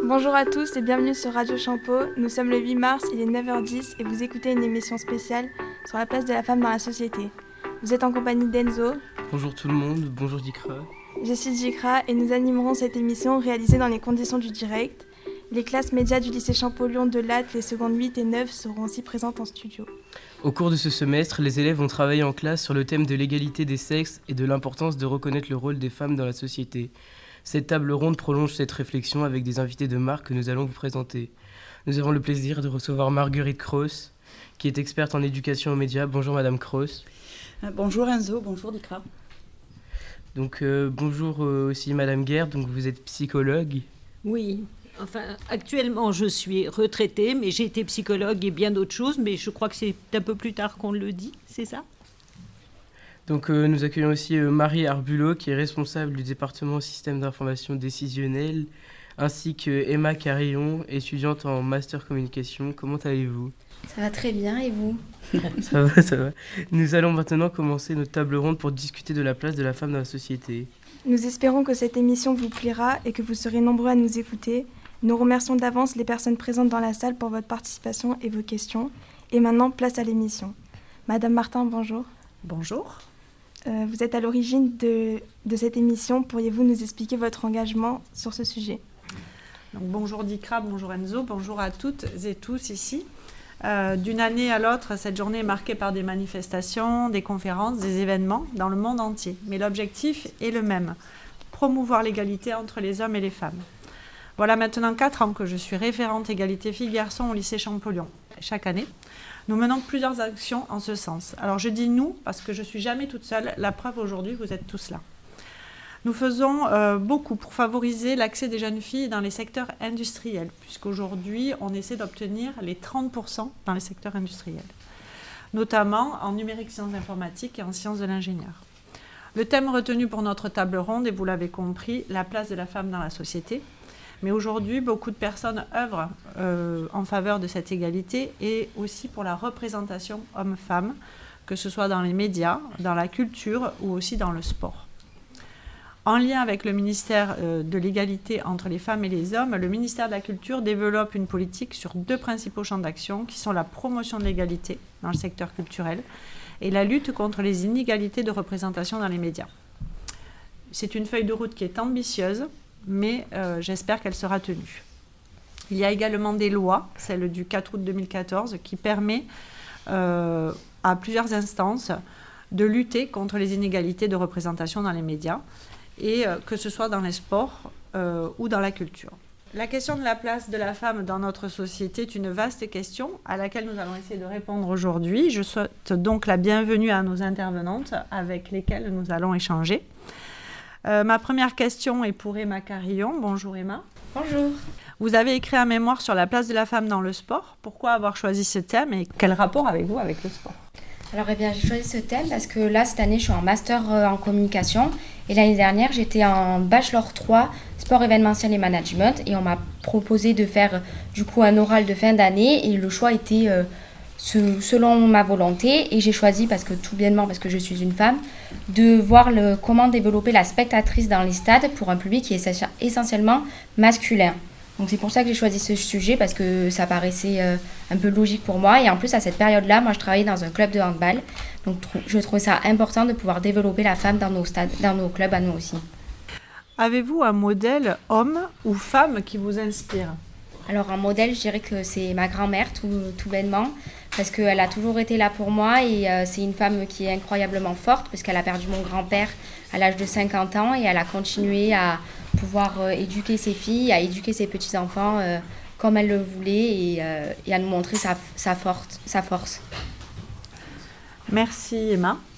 Bonjour à tous et bienvenue sur Radio Champeau. Nous sommes le 8 mars, il est 9h10 et vous écoutez une émission spéciale sur la place de la femme dans la société. Vous êtes en compagnie d'Enzo. Bonjour tout le monde, bonjour Dikra. Je suis Dikra et nous animerons cette émission réalisée dans les conditions du direct. Les classes médias du lycée Champollion de Latte, les secondes 8 et 9 seront aussi présentes en studio. Au cours de ce semestre, les élèves ont travaillé en classe sur le thème de l'égalité des sexes et de l'importance de reconnaître le rôle des femmes dans la société. Cette table ronde prolonge cette réflexion avec des invités de marque que nous allons vous présenter. Nous avons le plaisir de recevoir Marguerite Cross, qui est experte en éducation aux médias. Bonjour Madame Cross. Bonjour Enzo, bonjour Dikra. Donc bonjour aussi Madame Guerre, donc vous êtes psychologue. Oui, enfin actuellement je suis retraitée, mais j'ai été psychologue et bien d'autres choses, mais je crois que c'est un peu plus tard qu'on le dit, c'est ça ? Donc nous accueillons aussi Marie Arbulot, qui est responsable du département système d'information décisionnelle, ainsi que Emma Carillon, étudiante en master communication. Comment allez-vous ? Ça va très bien, et vous ? Ça va. Nous allons maintenant commencer notre table ronde pour discuter de la place de la femme dans la société. Nous espérons que cette émission vous plaira et que vous serez nombreux à nous écouter. Nous remercions d'avance les personnes présentes dans la salle pour votre participation et vos questions. Et maintenant, place à l'émission. Madame Martin, bonjour. Bonjour. Vous êtes à l'origine de cette émission. Pourriez-vous nous expliquer votre engagement sur ce sujet ? Donc, bonjour Dikra, bonjour Enzo, bonjour à toutes et tous ici. D'une année à l'autre, cette journée est marquée par des manifestations, des conférences, des événements dans le monde entier. Mais l'objectif est le même, promouvoir l'égalité entre les hommes et les femmes. Voilà maintenant 4 ans que je suis référente égalité filles-garçons au lycée Champollion. Chaque année, nous menons plusieurs actions en ce sens. Alors je dis nous parce que je ne suis jamais toute seule. La preuve aujourd'hui, vous êtes tous là. Nous faisons beaucoup pour favoriser l'accès des jeunes filles dans les secteurs industriels, puisqu'aujourd'hui, on essaie d'obtenir les 30% dans les secteurs industriels, notamment en numérique sciences informatiques et en sciences de l'ingénieur. Le thème retenu pour notre table ronde est, vous l'avez compris, la place de la femme dans la société. Mais aujourd'hui, beaucoup de personnes œuvrent en faveur de cette égalité et aussi pour la représentation homme-femme, que ce soit dans les médias, dans la culture ou aussi dans le sport. En lien avec le ministère de l'égalité entre les femmes et les hommes, le ministère de la Culture développe une politique sur 2 principaux champs d'action qui sont la promotion de l'égalité dans le secteur culturel et la lutte contre les inégalités de représentation dans les médias. C'est une feuille de route qui est ambitieuse, mais j'espère qu'elle sera tenue. Il y a également des lois, celle du 4 août 2014, qui permet à plusieurs instances de lutter contre les inégalités de représentation dans les médias, et que ce soit dans les sports ou dans la culture. La question de la place de la femme dans notre société est une vaste question à laquelle nous allons essayer de répondre aujourd'hui. Je souhaite donc la bienvenue à nos intervenantes avec lesquelles nous allons échanger. Ma première question est pour Emma Carillon. Bonjour Emma. Bonjour. Vous avez écrit un mémoire sur la place de la femme dans le sport. Pourquoi avoir choisi ce thème et quel rapport avez-vous avec le sport ? Alors j'ai choisi ce thème parce que là, cette année, je suis en master en communication. Et l'année dernière, j'étais en bachelor 3, sport événementiel et management. Et on m'a proposé de faire du coup un oral de fin d'année. Et le choix était selon ma volonté. Et j'ai choisi, parce que je suis une femme, de voir comment développer la spectatrice dans les stades pour un public qui est essentiellement masculin. Donc c'est pour ça que j'ai choisi ce sujet, parce que ça paraissait un peu logique pour moi. Et en plus, à cette période-là, moi je travaillais dans un club de handball. Donc je trouvais ça important de pouvoir développer la femme dans nos stades, dans nos clubs à nous aussi. Avez-vous un modèle homme ou femme qui vous inspire ? Alors un modèle, je dirais que c'est ma grand-mère, tout bêtement, parce qu'elle a toujours été là pour moi et c'est une femme qui est incroyablement forte, parce qu'elle a perdu mon grand-père à l'âge de 50 ans et elle a continué à pouvoir éduquer ses filles, à éduquer ses petits-enfants comme elle le voulait et à nous montrer sa force. Merci Emma.